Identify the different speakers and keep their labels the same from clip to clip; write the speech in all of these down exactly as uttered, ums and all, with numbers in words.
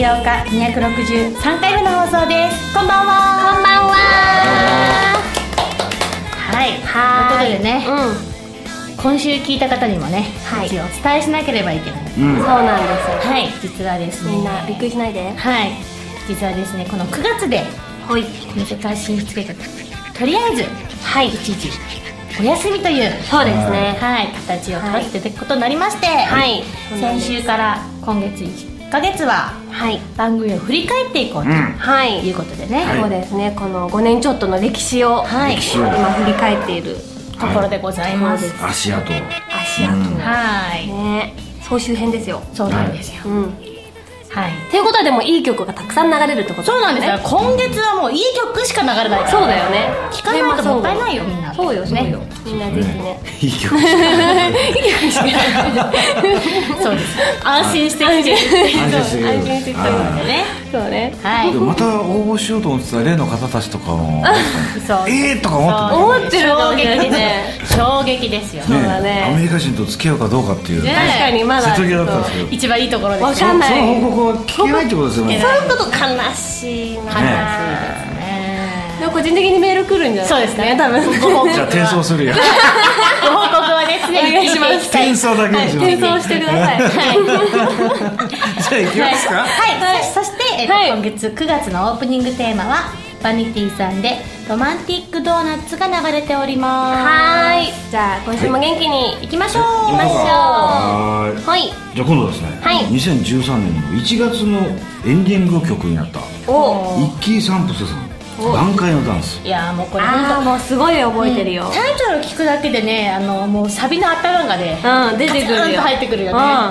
Speaker 1: ようかにひゃくろくじゅうさんかいめの放送です。こんばんは。
Speaker 2: こんばんは。
Speaker 1: はい、
Speaker 2: は
Speaker 1: ということでね、
Speaker 2: うん、
Speaker 1: 今週聞いた方にもね、
Speaker 2: はい、
Speaker 1: 一応お伝えしなければいけない、
Speaker 3: うん、
Speaker 2: そうなんですよ。
Speaker 1: はい、実はですね、
Speaker 2: みんなびっくりしないで。
Speaker 1: はい、実はですね、このくがつで
Speaker 2: はい、
Speaker 1: 短い進出計画、とりあえず、
Speaker 2: はい、
Speaker 1: 一時お休みという、
Speaker 2: そうですね、
Speaker 1: はい、形を取らせていただくことになりまして、
Speaker 2: はい、
Speaker 1: 先週から今月いっかげつは、はい、番組を振り返っていこうと、うん、いうことでね、
Speaker 2: はい、そうですね、このごねんちょっとの歴史を、はい、歴史を今振り返っている
Speaker 1: ところでございます。
Speaker 3: はい、足跡
Speaker 2: 足跡、うん、
Speaker 1: はい
Speaker 2: ね、総集編ですよ。
Speaker 1: そうなんですよ、うん、はい。
Speaker 2: ということはでもいい曲がたくさん流れるってことですね。
Speaker 1: そうなんですよ。今月はもういい曲しか流れないから。
Speaker 2: そうだよね。
Speaker 1: 聞かないともったいないよ、みんな。
Speaker 2: そうよ、そうよ。みんなぜひね。
Speaker 3: いい曲しかない。
Speaker 1: いい曲しかない。そうです。安心してきて。
Speaker 3: 安心して
Speaker 1: 安心してきてるんでね。
Speaker 2: そうね。
Speaker 1: はい。
Speaker 3: また応募しようと思ってた例の方たちとかも。
Speaker 1: そう。
Speaker 3: えーとか思って
Speaker 2: 思ってる
Speaker 1: 衝撃ですね。衝撃ですよ。
Speaker 2: そうだね。
Speaker 3: アメリカ人と付き合うかどうかっていう。
Speaker 2: 確かにまだ。
Speaker 3: 瀬戸際だったんですけど。
Speaker 1: 一番いいところです。
Speaker 2: わかんない。
Speaker 3: その報告は聞けないってことですよね。
Speaker 2: そういうこと悲しいな。悲しいです
Speaker 1: ね。
Speaker 2: でも個人的にメール来るんじゃないですかね。多分。
Speaker 3: じゃあ転送するよ。
Speaker 1: ご報告はね、常に
Speaker 2: お願いします。
Speaker 3: 転送だけにします。
Speaker 2: 転送してください。はい。
Speaker 3: じゃあ行きますか。
Speaker 1: はい。そして今月くがつのオープニングテーマはバニティさんでロマンティックドーナツが流れております。
Speaker 2: はい。じゃあ今週も元気にいきましょう。行きましょう。はい。
Speaker 3: じゃあ今度はですね、はい、にせんじゅうさんねんのいちがつのエンディング曲になった
Speaker 2: お
Speaker 3: イッキーサンプスさん挽回のダンス。
Speaker 1: いやもうこれ
Speaker 2: あもうすごい覚えてるよ、
Speaker 1: うん、タイトル聞くだけでね、あのもうサビの頭がね、
Speaker 2: うん、出てくるよ、
Speaker 1: 入ってくるよね、うん、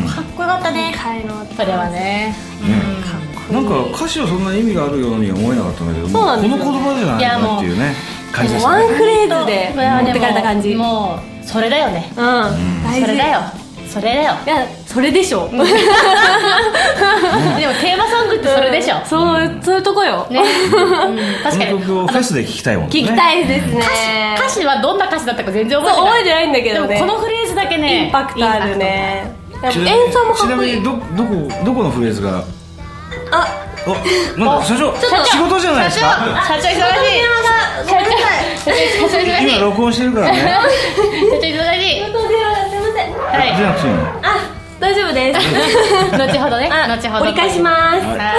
Speaker 1: かっこよかったね、それはね、
Speaker 3: うん、なんか歌詞はそんな意味があるように思えなかったんだけど、この言葉じゃないかっていうね感じですね。
Speaker 2: ワンフレーズで持ってかれた感じ。
Speaker 1: もうそれだよね、
Speaker 2: うん、
Speaker 1: それだよ、それだよ。
Speaker 2: いやそれでしょ。でも
Speaker 1: テーマソングってそれでしょ。
Speaker 2: そうそういうとこよ。ね。
Speaker 3: 確かに。この曲をフェスで聴きたいもんね。
Speaker 2: 聴きたいですね。
Speaker 1: 歌詞はどんな歌詞だったか全然覚えてない。
Speaker 2: 覚えてないんだけどね。
Speaker 1: このフレーズだけね、
Speaker 2: インパクトあるね。演奏もかっこいい。
Speaker 3: ちなみにどどこどこのフレーズが。
Speaker 2: あ。
Speaker 3: お、なんか社長仕事じゃないですか。
Speaker 1: 社長忙しい。社長忙しい。
Speaker 3: 今録音してるからね。
Speaker 1: 社長忙しい。
Speaker 2: すいません。
Speaker 1: はい。
Speaker 3: じゃあ次に。
Speaker 2: あ、大丈夫です。
Speaker 1: 後ほどね。後ほど。
Speaker 2: 折り返します。
Speaker 1: はい。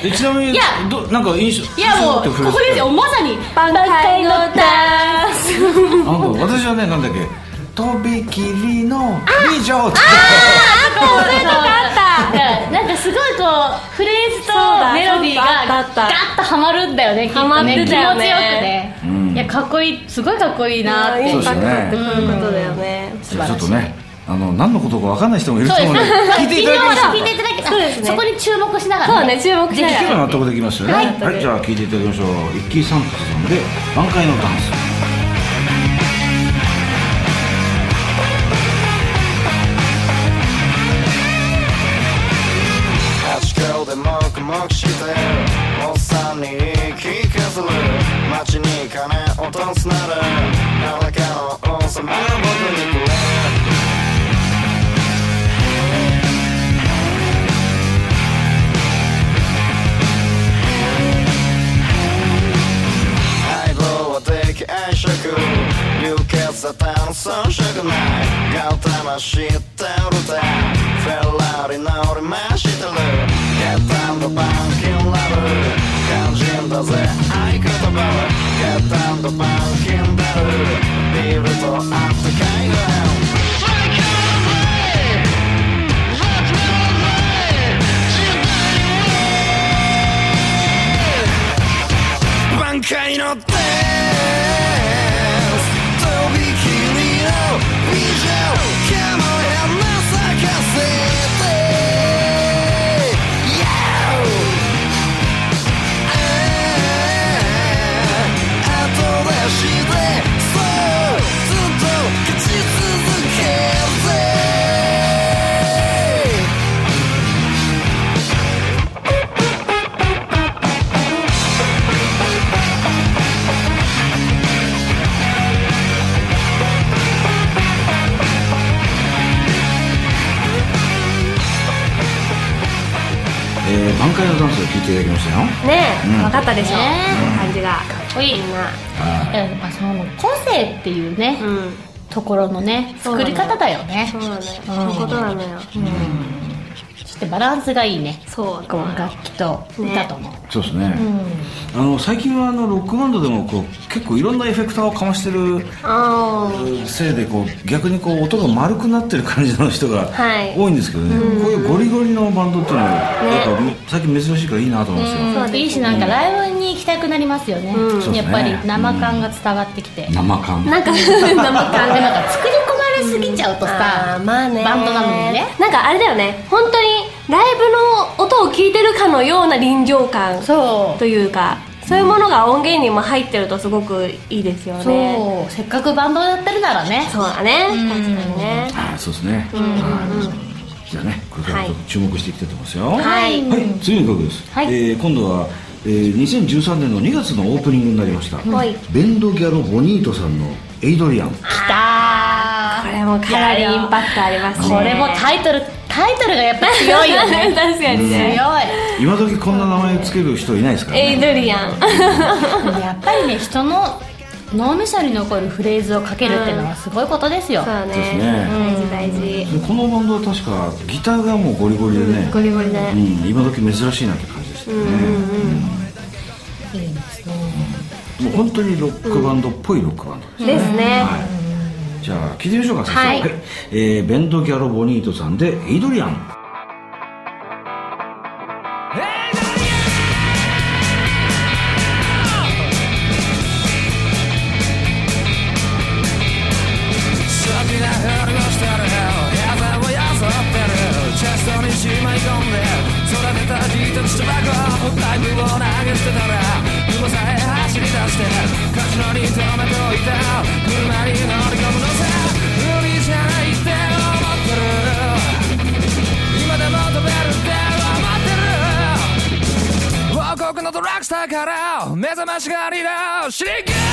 Speaker 3: ちなみにいやどなんか印象。
Speaker 1: いやもうここですよ。まさに
Speaker 2: 挽回のダンス。
Speaker 3: なんか私はねなんだっけ。とびきりの美女。あ
Speaker 2: あ、これとかあった。
Speaker 1: なんかすごいこうフレーズとメロディーがガッとハマるんだよね。
Speaker 2: ハマってたよね。
Speaker 1: 気持ちよくね。いやかっこいい、すごいかっこいいなって。
Speaker 3: そうですよね。
Speaker 2: そういうことだよね。
Speaker 3: ちょっとね、あの何のことか分かんない人もいると思うので聞いていただきましょう。
Speaker 1: 聞いていただき、
Speaker 2: そうですね。
Speaker 1: そこに注目しながら。
Speaker 2: そうね、注目しながら。
Speaker 3: 聞けば納得できますよね。はい、じゃあ聞いていただきましょう。イッキーサンプスさんで挽回のダンス。
Speaker 4: 黙しておっさんに聞かせる街に金落とすなら誰かの王様の僕にくれ相棒は敵愛色流血沙汰の遜色ない顔魂ってるぜフェラーリ乗り回してるゲッタンドバンキンラブ肝心だぜ合言葉はゲッタンドバンキンダルビールとあったかいご飯挽回のダンスとびきりの美女かも花咲かせて
Speaker 3: ていただきましたよ
Speaker 2: ねえ、
Speaker 3: うん、
Speaker 2: 分かったでしょ、ね、感じがかっこいいみんな。
Speaker 1: やっぱその個性っていうね、うん、ところのね作り方だよね。
Speaker 2: そうなのよ、そういうことなのよ、うん、
Speaker 1: そしてバランスがいいね。
Speaker 2: そう
Speaker 1: こう楽器と歌とも、ね、
Speaker 3: そうですね、うん、あの最近はあのロックバンドでもこう結構いろんなエフェクターをかましてるせいでこう逆にこう音が丸くなってる感じの人が多いんですけどね、はい、こういうゴリゴリのバンドっていうのはやっぱ、ね、最近珍しいからいいなと思うんですよ。
Speaker 1: そういいし、なんかライブに行きたくなりますよね、うん、やっぱり生感が伝わってきて、
Speaker 3: うん、生感
Speaker 2: なんか生感でなんか
Speaker 1: 作り込まれすぎちゃうとさ、うん、まあね、バンドなのにね、
Speaker 2: なんかあれだよね、本当にライブの音を聞いてるかのような臨場感というか、そういうものが音源にも入ってるとすごくいいですよね。
Speaker 1: そう、せっかくバンドやってるならね。
Speaker 2: そうだね、確かにね。
Speaker 3: ああ、そうですね、うんうん、じゃあね、これから注目していきたいと思いますよ。
Speaker 2: はい、
Speaker 3: はい、次の曲です、はい、えー、今度は、えー、にせんじゅうさんねんのにがつのオープニングになりました、うん、ベンドギャロ・ボニートさんのエイドリアン。
Speaker 1: きた
Speaker 2: ー、これもかなりインパクトありますね。
Speaker 1: これもタイトルタイトルがやっぱ強いよね
Speaker 2: 確かにね、
Speaker 1: 強い。
Speaker 3: 今時こんな名前つける人いないですからね、
Speaker 2: エイドリアン
Speaker 1: やっぱりね、人の脳みそに残るフレーズをかけるっていうのはすごいことですよ、うん、
Speaker 2: そうね、
Speaker 3: ですね、
Speaker 2: 大事大事。
Speaker 3: このバンドは確かギターがもうゴリゴリでね、うん、
Speaker 2: ゴリゴリね、
Speaker 3: うん、今時珍しいなって感じですよね、うんうんうん、
Speaker 1: いいですね、
Speaker 3: もう本当にロックバンドっぽいロックバンドですね、
Speaker 2: ですね、
Speaker 3: はい、じゃあ聞いてみましょうか、
Speaker 2: はい、
Speaker 3: はい、えー、ベンドギャロ・ボニートさんでエイドリアン。
Speaker 5: しまい込んで育てた自宅芝生ライブを投げ捨てたら雲さえ走り出してカジノに止めておいた車に乗り込むのさ。無理じゃないって思ってる、今でも飛べるって思ってる、王国のドラッグスターから目覚ましがりだシリキー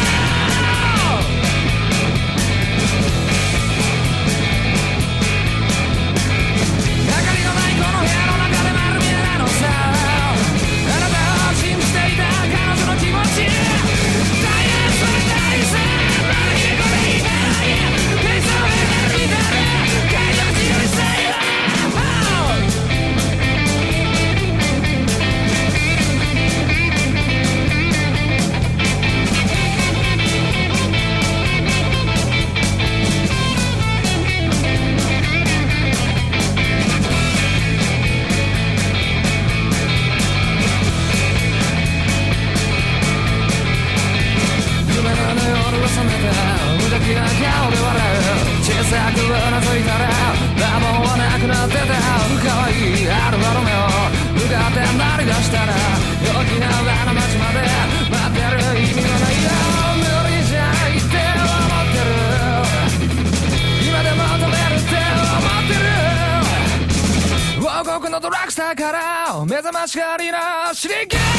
Speaker 5: から目覚ましがりなシリキー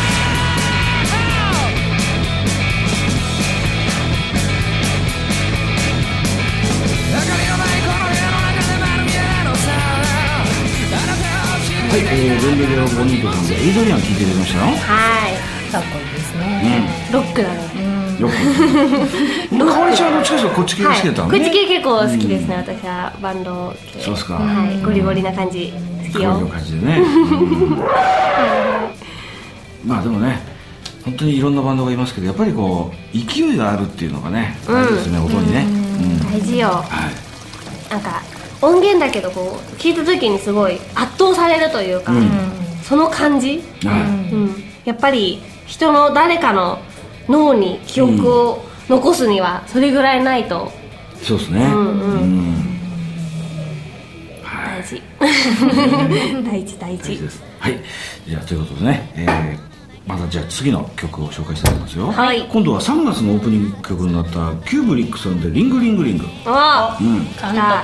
Speaker 3: はい、えー、ベンドギャロ・ボニートさんでエイドリアン聞いていただきましたよ。
Speaker 2: はい、
Speaker 1: かっこいいですね、
Speaker 2: うん、ロックだね、
Speaker 1: うん、
Speaker 3: ロックかわりちゃんの近くはこっち系好きだったのね、
Speaker 2: はい、こっち系結構好きですね、うん、私はバンド系。
Speaker 3: そうですか、
Speaker 2: はい、ゴリゴリな感じ好きよ。
Speaker 3: ゴリゴリな感じでね、うん、まあでもね、本当にいろんなバンドがいますけど、やっぱりこう勢いがあるっていうのがね、大事ですね、音にね、うん、
Speaker 2: 大事よ、
Speaker 3: はい、
Speaker 2: なんか音源だけどこう聴いた時にすごい圧倒されるというか、うん、その感じ、はいうん、やっぱり人の誰かの脳に記憶を残すにはそれぐらいないと、
Speaker 3: うん、そうですね、うんうんうん、
Speaker 2: 大事大事大事
Speaker 3: です。はい、じゃあということでね、えーまたじゃあ次の曲を紹介したいと思いますよ、はい、今度はさんがつのオープニング曲になったキューブリックさんでリングリングリング。
Speaker 2: あ、
Speaker 3: うん、
Speaker 1: 監督、
Speaker 3: はい、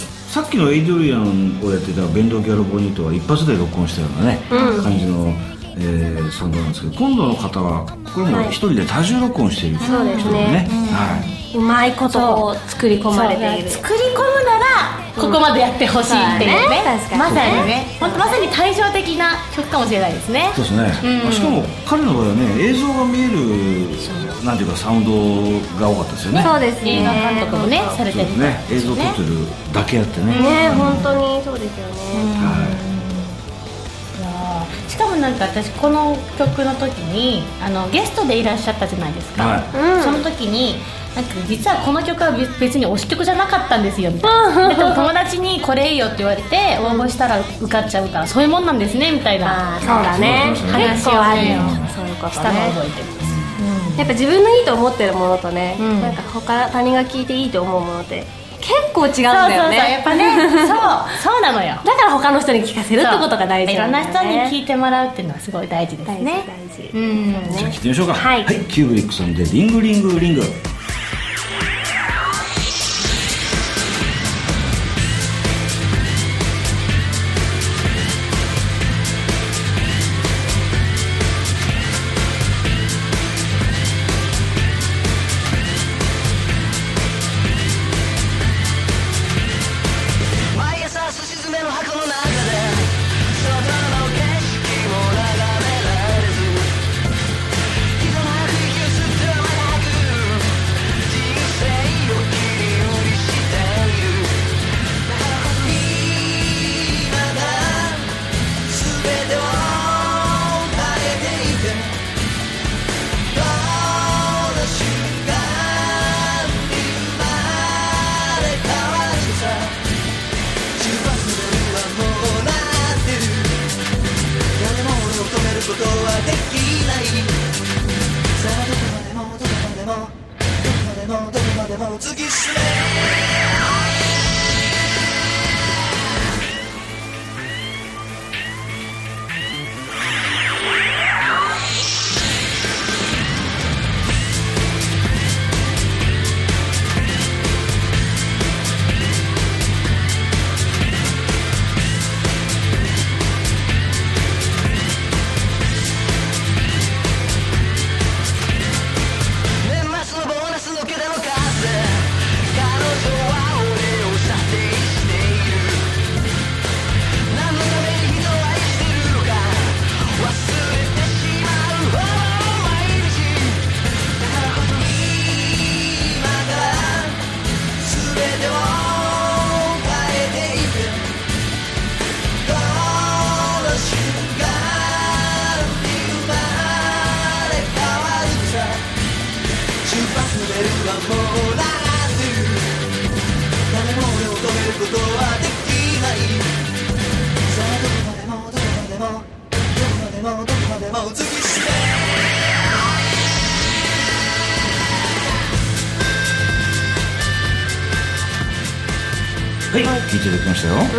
Speaker 3: さっきのエイドリアンをやってたベンドギャロ・ボニートは一発で録音したようなね、うん、感じの、えー、サウンドなんですけど、今度の方はこれも一人で多重録音している人でね、
Speaker 2: はい、そうですね、
Speaker 3: はい
Speaker 2: うまいことこう作り込まれている。
Speaker 1: 作り込むならここまでやってほしいっていうね、
Speaker 2: 確かに
Speaker 1: まさにね、本当まさに対照的な曲かもしれないですね。
Speaker 3: そうですね、うん、しかも彼の場合はね、映像が見えるなんていうかサウンドが多かったですよね。
Speaker 2: そうですね、
Speaker 1: 映画監督もねされてる
Speaker 3: ね、映像撮ってるだけあってね、
Speaker 2: ね、本当にそうですよね。
Speaker 3: はい、
Speaker 1: しかもなんか私この曲の時にあのゲストでいらっしゃったじゃないですか、
Speaker 3: はい、
Speaker 1: その時になんか実はこの曲は別に推し曲じゃなかったんですよみたいな、だから友達にこれいいよって言われて応募したら受かっちゃうからそういうもんなんですねみたいな、
Speaker 2: あ、そうだね、
Speaker 1: 話をね
Speaker 2: そういうことね、
Speaker 1: したのを覚えてます、うん、
Speaker 2: やっぱ自分のいいと思ってるものとね、うん、なんか他他人が聞いていいと思うものって結構違うんだよね。
Speaker 1: そうそうそう、やっぱねそうそうなのよ。
Speaker 2: だから他の人に聞かせるってことが大事なんだよね。
Speaker 1: いろんな人に聞いてもらうっていうのはすごい大事ですね。
Speaker 2: 大事大事、
Speaker 1: うん、
Speaker 3: じゃあ聞いてみましょうか。
Speaker 2: はい、
Speaker 3: はい、キューブリックさんでリングリングリング。はい、聞いていただきましたよ。うん、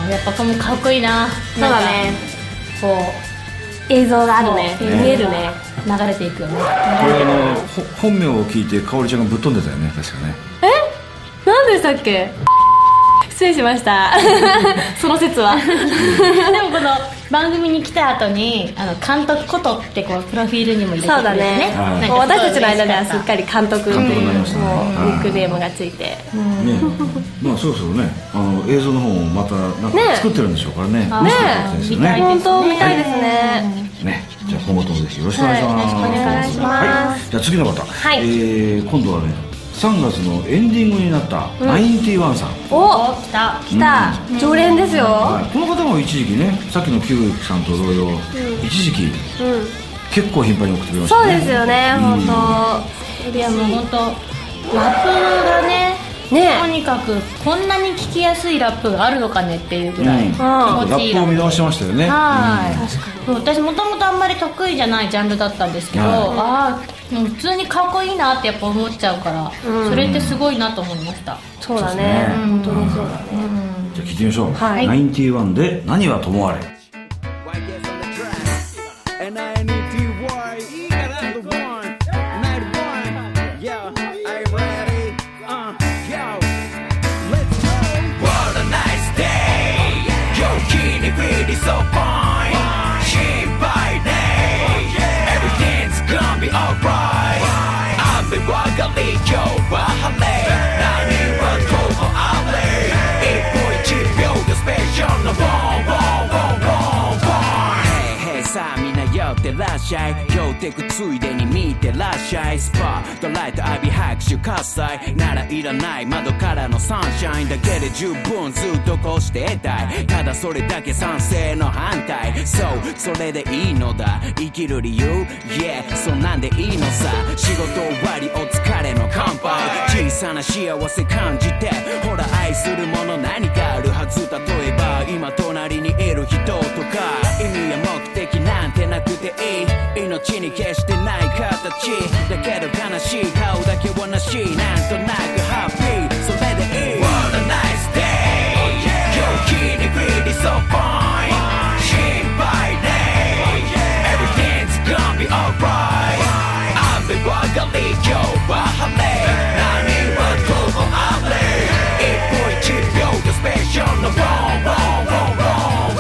Speaker 1: やっぱこのかっこいいな。
Speaker 2: そうだね。こう映像があるね。見えるね。
Speaker 1: 流れていくよね。これ
Speaker 3: あの本名を聞いてかおりちゃんがぶっ飛んでたよね、確かね。
Speaker 2: え？何でしたっけ？失礼しましたその説はで
Speaker 1: もこの番組に来た後にあの監督ことってこうプロフィールにも入れてくれてね。
Speaker 2: そうだね、はい、もう私たちの間ではすっかり監督っていうニックネームがついて、うん、
Speaker 3: ね、まあそろそろねあの映像の方もまたなんか作ってるんでしょうからね。ね
Speaker 2: え、ね、本当見たいですね、はい、
Speaker 3: ね、じゃあ今後ともぜひよろしくお願いします。
Speaker 2: はい、よろしくお願いします、
Speaker 3: はい、じゃあ次の方、
Speaker 2: はい、
Speaker 3: えー、今度はねさんがつのエンディングになったナインティワンさん、
Speaker 2: お、来た来た、うん、常連ですよ、はい、
Speaker 3: この方も一時期ねさっきのキューブリックさんと同様、うん、一時期、うん、結構頻繁に送ってくれましたね。
Speaker 2: そうですよね、うん、本当。
Speaker 1: いやもう本当ラップがねね、とにかくこんなに聴きやすいラップがあるのかねっていうぐらい、うん、気持ちいいラップ。
Speaker 3: ラップを見直しましたよね。
Speaker 1: はい、うん、確かに。私もともとあんまり得意じゃないジャンルだったんですけど、はい、ああもう普通にかっこいいなってやっぱ思っちゃうから、うん、それってすごいなと思いました。
Speaker 2: そうだね、うん、本当にそうだね、うん、
Speaker 3: じゃあ聴いてみましょう、
Speaker 2: はい、
Speaker 3: ナインティワンで何はともあれ。
Speaker 5: So fine, 心配ね Everything's gonna be alright 雨上がり今日はらっしゃい今日テクついでに見てらっしゃいスパートライト浴び拍手喝采ならいらない窓からのサンシャインだけで十分ずっとこうしてたいただそれだけ賛成の反対そうそれでいいのだ生きる理由 Yeah そんなんでいいのさ仕事終わりお疲れの乾杯小さな幸せ感じてほら愛するもの何かあるはず例えば今隣にいる人とか意味や目的なんてなくていい命に決してない形だけど悲しい顔だけはなしなんとなくハッピーそれでいい What a nice day、oh yeah、今日気に really so fine 心配ね、oh yeah、Everything's gonna be alright 雨ばかり今日は晴れ何はともあれ一歩一秒がスペシャルの Wrong Wrong Wrong Wrong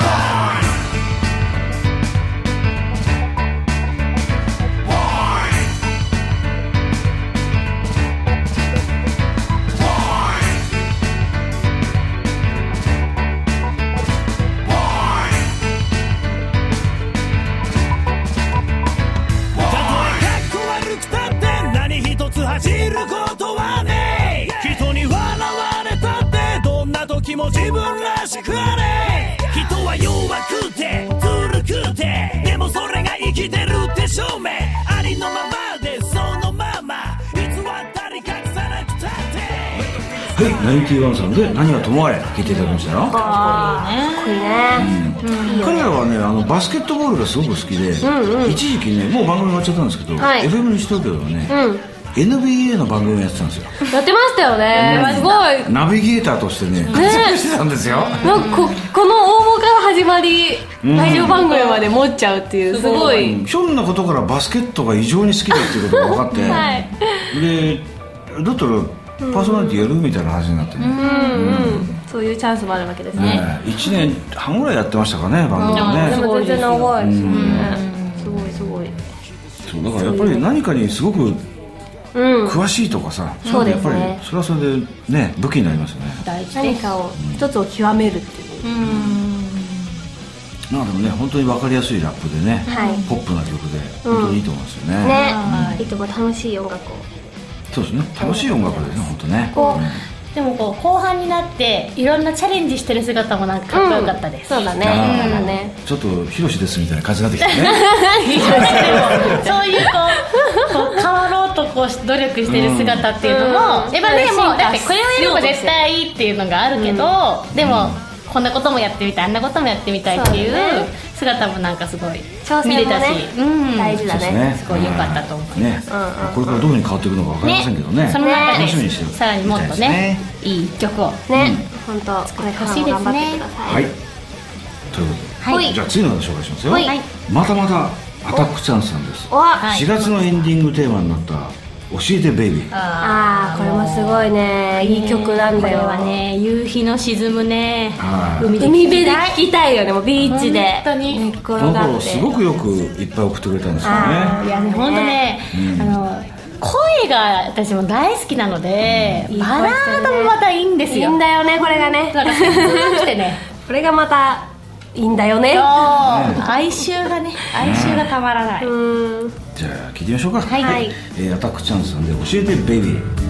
Speaker 5: 走ることはね人に笑われたってどんな時も自分らしくあれ人は弱くてずるくてでもそれが生きてるって証明ありのままでそのまま偽ったり隠さなくたって
Speaker 3: はいナインティワンさんで何はともあれ聞いていただきましたよ
Speaker 2: かっこいいね、うん、
Speaker 3: 彼らはねあのバスケットボールがすごく好きで、うんうん、一時期ねもう番組終わっちゃったんですけど、はい、エフエム にしておけばね、うんエヌビーエー の番組やってたんですよ
Speaker 2: やってましたよね、すごい
Speaker 3: ナビゲーターとしてね活躍してたんですよ、
Speaker 2: なんか こ, この応募から始まりラジオ番組まで持っちゃうっていうすごい、
Speaker 3: うん、ひょんなことからバスケットが異常に好きだっていうことが分かって、はい、でだったらパーソナリティやるみたいな話になってね、うん
Speaker 2: うんうん、そういうチャンスもあるわけですね、
Speaker 3: ねいちねんはんぐらいやってましたかね番組ね、
Speaker 2: でも全然長いですよね、すごいすごい
Speaker 3: そうだからやっぱり何かにすごくうん、詳しいとかさ、
Speaker 2: そうですね、
Speaker 3: やっぱりそれはそれでね武器になりますよね
Speaker 2: 大事何かを一つを極めるっていう、うん、
Speaker 3: なんかでもね本当に分かりやすいラップでね、はい、ポップな曲で本当にいいと思いますよね、うん、
Speaker 2: ね、うん、いいとこ楽しい音楽を
Speaker 3: そうですね楽しい音楽ですね本当ね
Speaker 1: こう、うんでもこう後半になっていろんなチャレンジしてる姿もなんかかっこよかったです、
Speaker 2: うん、そうだね、そうだね
Speaker 3: ちょっとヒロシですみたいな感じになってきてね
Speaker 1: そういうこう、こう変わろうとこう努力してる姿っていうのも、うん、やっぱでもだってこれをやれば絶対いいっていうのがあるけど、うん、でもこんなこともやってみたいあんなこともやってみたいっていう姿もなんかすごい見れたし、ね、うん、大事だね、すごい良かったと思います、
Speaker 3: ね、うんうん、これからどういうふうに変わっていくのか分かりませんけどね、
Speaker 1: ね、その中で楽しみにしてさらにもっとねいい曲を
Speaker 2: ね、本当これからも頑張ってください。
Speaker 3: はい、ということで、はい、じゃあ次の方紹介しますよ、はい、またまたアタックチャンスさんです。しがつのエンディングテーマになった教えてベイビー。
Speaker 2: ああこれもすごいね、いい曲なんだよ。
Speaker 1: これはね夕日の沈むね
Speaker 2: 海辺で聴きたいよね、もうビーチで
Speaker 1: 本当に
Speaker 2: 寝っ転がって。この頃
Speaker 3: すごくよくいっぱい送ってくれたんですよね。
Speaker 1: いやね本当ね、うん、あの声が私も大好きなので、うん、バラードもまたいいんですよ。
Speaker 2: いいんだよねこれがね。
Speaker 1: だから切なくてね
Speaker 2: これがまたいいんだよね。
Speaker 1: 哀愁がね哀愁がたまらない。
Speaker 2: うん、
Speaker 3: じゃあ聞いてみましょうか。
Speaker 2: はい、はい、
Speaker 3: えー、アタックチャンスさんで教えてベイビー。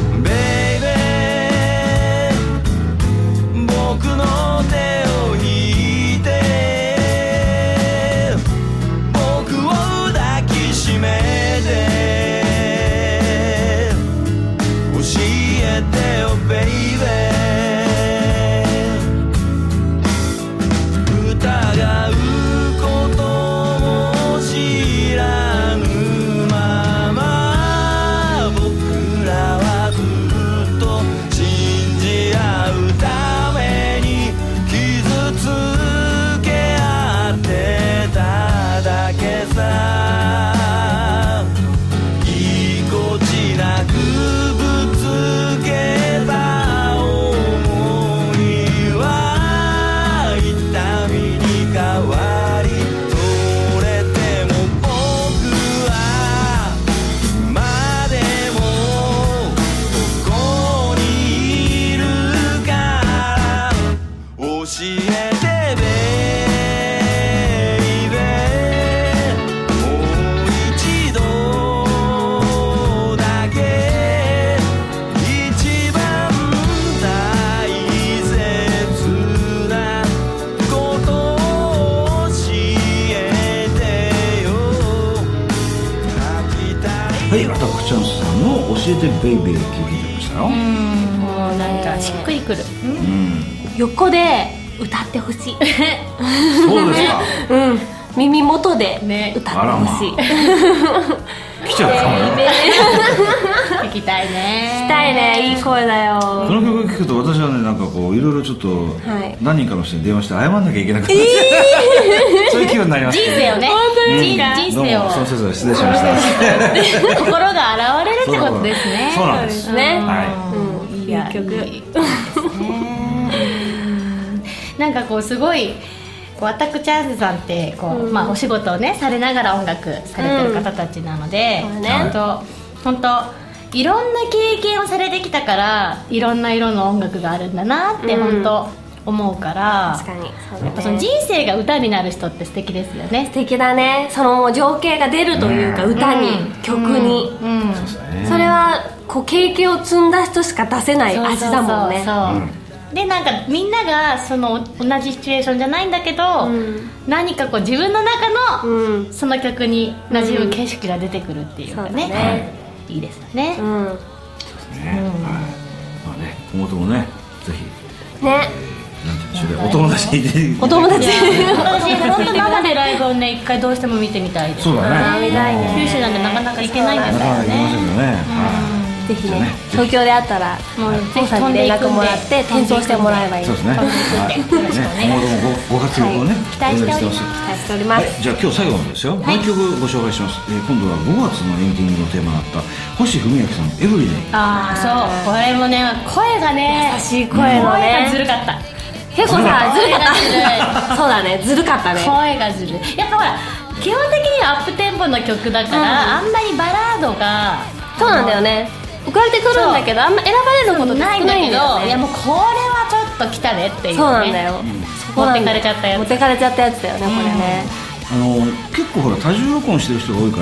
Speaker 5: 僕の手を引い
Speaker 3: えてベイベー聞いてましたよ。
Speaker 1: うん、もうなんかしっくりくる。うん、
Speaker 2: 横で歌ってほしい。
Speaker 3: そうですか。
Speaker 2: うん、耳元で歌ってほしい。
Speaker 3: 来ちゃうかもね。
Speaker 1: 聞きたいね。
Speaker 2: 聞きたいね、いい声だよ。
Speaker 3: この曲聴くと私はね、なんかこういろいろちょっと何人かの人に電話して謝んなきゃいけなくなって、そういう気分になります。
Speaker 1: 人生をね、人生を。
Speaker 3: その説は失礼しました。
Speaker 1: 心が現れるってことですね。
Speaker 3: そうなんですね。
Speaker 1: はい。いい曲。なんかこうすごい。アタックチャンスさんってこう、うん、まあ、お仕事をねされながら音楽されてる方たちなので、うんね、本当いろんな経験をされてきたからいろんな色の音楽があるんだなって本当思うから、
Speaker 2: うん、確かにそうだね、
Speaker 1: やっぱその人生が歌になる人って素敵ですよね。
Speaker 2: 素敵だね。その情景が出るというか、うん、歌に、うん、曲に、うんうん、それはこう経験を積んだ人しか出せない味だもんね。
Speaker 1: そうそうそうそう、うんでなんかみんながその同じシチュエーションじゃないんだけど、うん、何かこう自分の中のその曲に馴染む景色が出てくるっていうかね、うん、ね、はい、いいですよね。うん、そうですね、うん、はい、
Speaker 3: まあね、今後ともねぜひ
Speaker 2: ね、
Speaker 3: えー、なんていうんでしょうね、お友達に
Speaker 2: お友達
Speaker 1: 私本当生でライブをね一回どうしても見てみたいです。
Speaker 3: そうだね、
Speaker 2: 見たいね。
Speaker 1: 九州なんてなかなか行けないんですよね。
Speaker 3: なかなか行けませんよね、うん、
Speaker 2: ぜひね、東京で会ったらもうぜひさんに連絡もらって転送してもらえばいい。
Speaker 3: そうですね。今後ともご活躍をね
Speaker 1: 期待しております。
Speaker 2: 期待しております。
Speaker 3: じゃあ今日最後のですよ。もう一曲ご紹介します。今度はごがつのエンディングのテーマだった星文明さんのエブリデイ。
Speaker 1: ああ、そう、これもね声がね
Speaker 2: 優しい声のね、
Speaker 1: 声がずるかった。
Speaker 2: 結構さずるかった。そうだね、ずるかったね。
Speaker 1: 声がずるい。やっぱほら基本的にはアップテンポの曲だからあんまりバラードが
Speaker 2: そうなんだよね。送られてくるんだけどあんま選ばれることないんだけど、
Speaker 1: いやもうこれはちょっと来たねっていうね。
Speaker 2: そうなんだよ、
Speaker 1: 持ってかれちゃったやつ、
Speaker 2: 持ってかれちゃったやつだよね、これね。
Speaker 3: あの結構ほら多重録音してる人が多いから、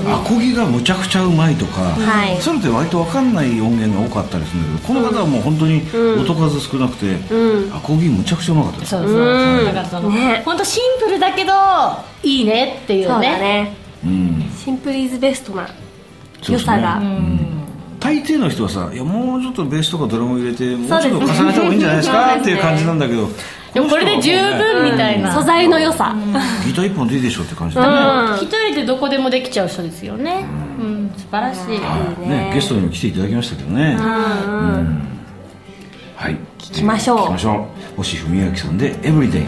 Speaker 3: アコギがむちゃくちゃうまいとか、そういうのって割と分かんない音源が多かったりするんだけど、この方はもう本当に音数少なくて、アコギむちゃくちゃうまかったです。
Speaker 1: そうそう、だからその本当シンプルだけどいいねっていうね。
Speaker 2: そうだね、シンプルイズベストな良さが。
Speaker 3: 大抵の人はさ、いやもうちょっとベースとかドラム入れてもうちょっと重ねた方がいいんじゃないですかっていう感じなんだけど、
Speaker 1: でもこれで十分みたいな、
Speaker 2: 素材の良さ、
Speaker 3: ギター一本でいいでしょって感じだ
Speaker 1: ね。一人でどこでもできちゃう人ですよね。うん、素晴らしい
Speaker 3: ね。ゲストにも来ていただきましたけどね。はい、
Speaker 2: 聞きましょう。
Speaker 3: 聞きましょう。星文明さんでエブリデイ。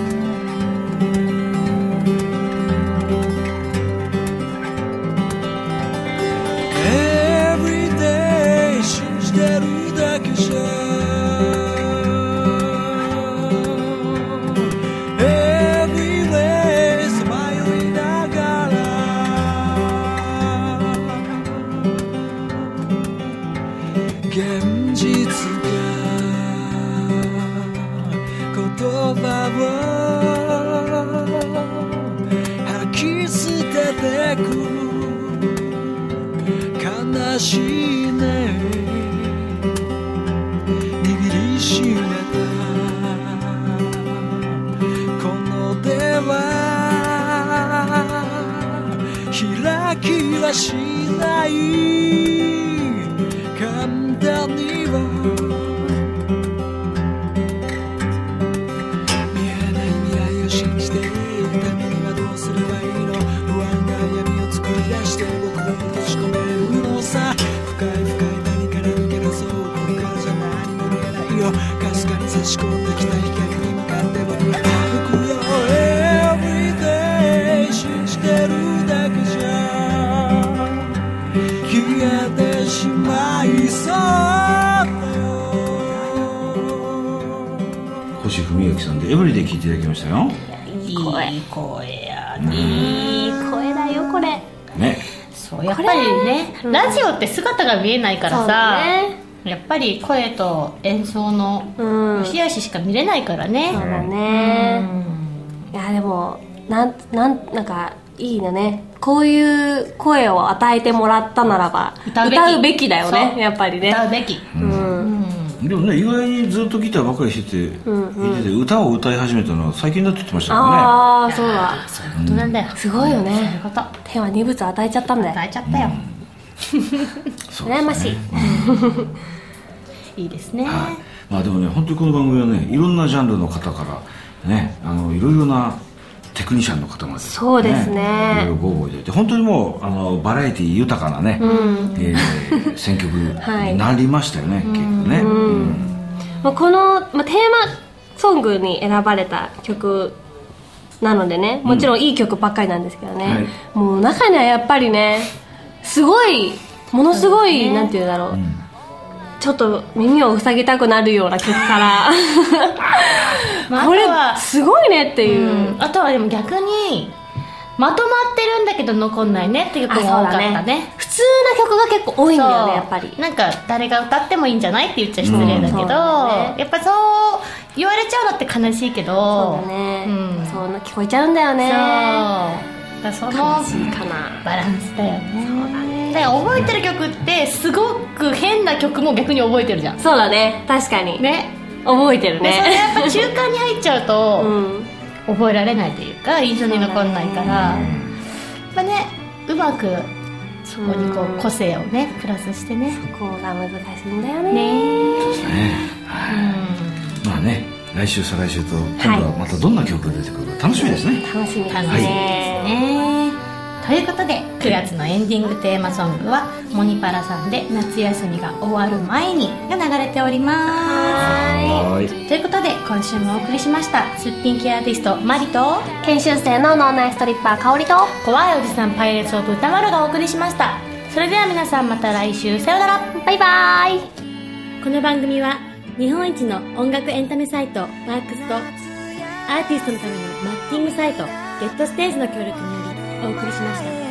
Speaker 5: しない簡単には見えない未来を信じていくためにはどうすればいいの。不安が闇を作り出して僕を閉じ込めるのさ。深い深い谷から抜け出そう。これからじゃ何も見えないよ。かすかに差し込んできた光に向かって僕は歩くよ。 Everyday 信じてるだけじゃ消えてしまいそうだよ。
Speaker 3: 星文明さんでエブリデイ聴いていただきましたよ。
Speaker 1: いい声や、
Speaker 2: いい声だよこれ
Speaker 3: ね。
Speaker 1: そうやっぱりね、ラジオって姿が見えないからさ、やっぱり声と演奏の良し悪ししか見れないからね。
Speaker 2: そうだね。いやでもなんなんなんかいいよね。こういう声を与えてもらったならば歌うべき、歌うべきだよね。やっぱりね、
Speaker 1: 歌うべき、うん
Speaker 3: うん、でもね意外にずっとギターばっかりしてて、うんうん、てて歌を歌い始めたのは最近だって言ってましたけどね。
Speaker 2: ああそうだ、
Speaker 1: そういうことなんだよ、
Speaker 2: うん、すごいよね。
Speaker 1: そういうこと。
Speaker 2: 手は二物与えちゃったんだよ。
Speaker 1: 与えちゃったよ、
Speaker 2: 羨ましい。
Speaker 1: いいですね。はい、
Speaker 3: まあでもね、本当にこの番組はね、いろんなジャンルの方からね、あのいろいろなテクニシャンの方まで、ね、
Speaker 2: そうですね。
Speaker 3: いろいろご応募いただいて、本当にもうあのバラエティ豊かなね、うん、えー、選曲になりましたよね、はい、結構ね。うんうん
Speaker 2: まあ、この、まあ、テーマソングに選ばれた曲なのでね、もちろんいい曲ばっかりなんですけどね、うんはい、もう中にはやっぱりね、すごいものすごい、ね、なんていうんだろう、うん、ちょっと耳を塞ぎたくなるような曲からまあ、これはすごいねっていう、
Speaker 1: うん、あとはでも逆にまとまってるんだけど残んないねっていう曲も多かった ね,
Speaker 2: ね普通な曲が結構多いんだよね。やっぱり
Speaker 1: なんか誰が歌ってもいいんじゃないって言っちゃ失礼だけど、うんね、やっぱそう言われちゃうのって悲しいけど、
Speaker 2: そうだね、うん、そう聞こえちゃうんだよね。
Speaker 1: そうだ、その悲しいかなバランスだよね。そうだね。だから覚えてる曲ってすごく変な曲も逆に覚えてるじゃん。
Speaker 2: そうだね、確かに
Speaker 1: ね、
Speaker 2: 覚えてるね。
Speaker 1: それやっぱ中間に入っちゃうと、うん、覚えられないというか印象に残らないから、まあね、うまくそこにこう個性をねプラスしてね、
Speaker 2: そこが難しいんだよね。
Speaker 3: ね、そうですね、はい、うん、まあね、来週再来週と今度はまたどんな曲が出てくるか楽しみですね。
Speaker 2: 楽しみですね、
Speaker 1: 楽しみですね。ということでくがつのエンディングテーマソングはモニパラさんで夏休みが終わる前にが流れております。はい、ということで今週もお送りしましたすっぴん系アーティストマリと
Speaker 2: 研修生の脳内ストリッパー香織と
Speaker 1: 怖いおじさんパイレーツオブ歌丸がお送りしました。それでは皆さんまた来週、さようなら、
Speaker 2: バイバイ。
Speaker 1: この番組は日本一の音楽エンタメサイトワークスとアーティストのためのマッチングサイトゲットステージの協力によりお送りしました。